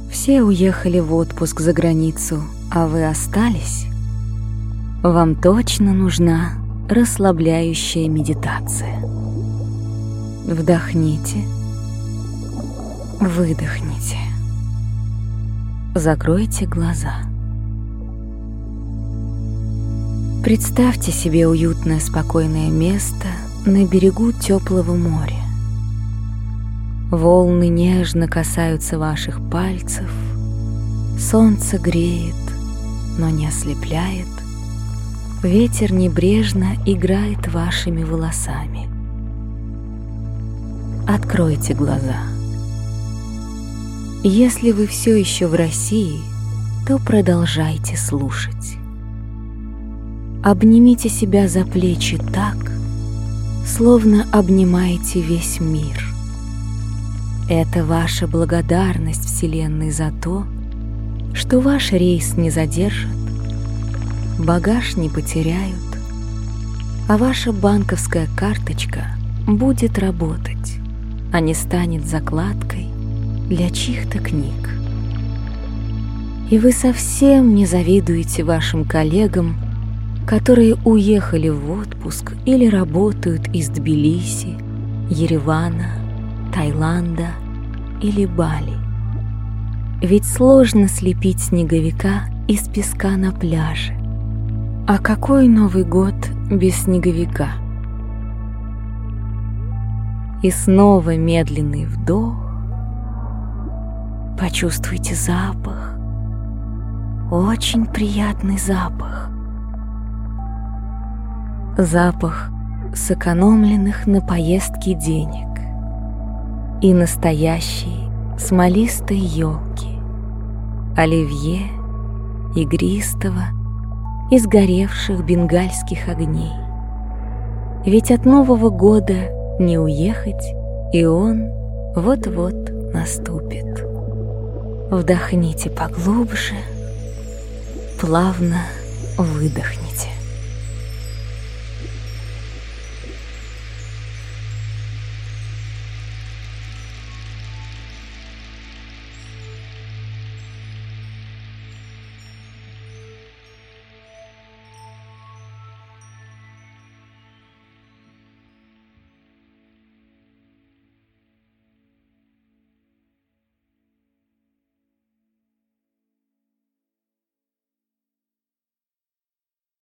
Все уехали в отпуск за границу, а вы остались? Вам точно нужна расслабляющая медитация. Вдохните, выдохните. Закройте глаза. Представьте себе уютное, спокойное место на берегу теплого моря. Волны нежно касаются ваших пальцев, солнце греет, но не ослепляет, ветер небрежно играет вашими волосами. Откройте глаза. Если вы все еще в России, то продолжайте слушать. Обнимите себя за плечи так, словно обнимаете весь мир. Это ваша благодарность Вселенной за то, что ваш рейс не задержат, багаж не потеряют, а ваша банковская карточка будет работать, а не станет закладкой для чьих-то книг. И вы совсем не завидуете вашим коллегам, которые уехали в отпуск или работают из Тбилиси, Еревана, Таиланда или Бали. Ведь сложно слепить снеговика из песка на пляже. А какой Новый год без снеговика? И снова медленный вдох. Почувствуйте запах. Очень приятный запах. Запах сэкономленных на поездки денег и настоящей смолистой елки, оливье, игристого и сгоревших бенгальских огней. Ведь от Нового года не уехать, и он вот-вот наступит. Вдохните поглубже, плавно выдохните.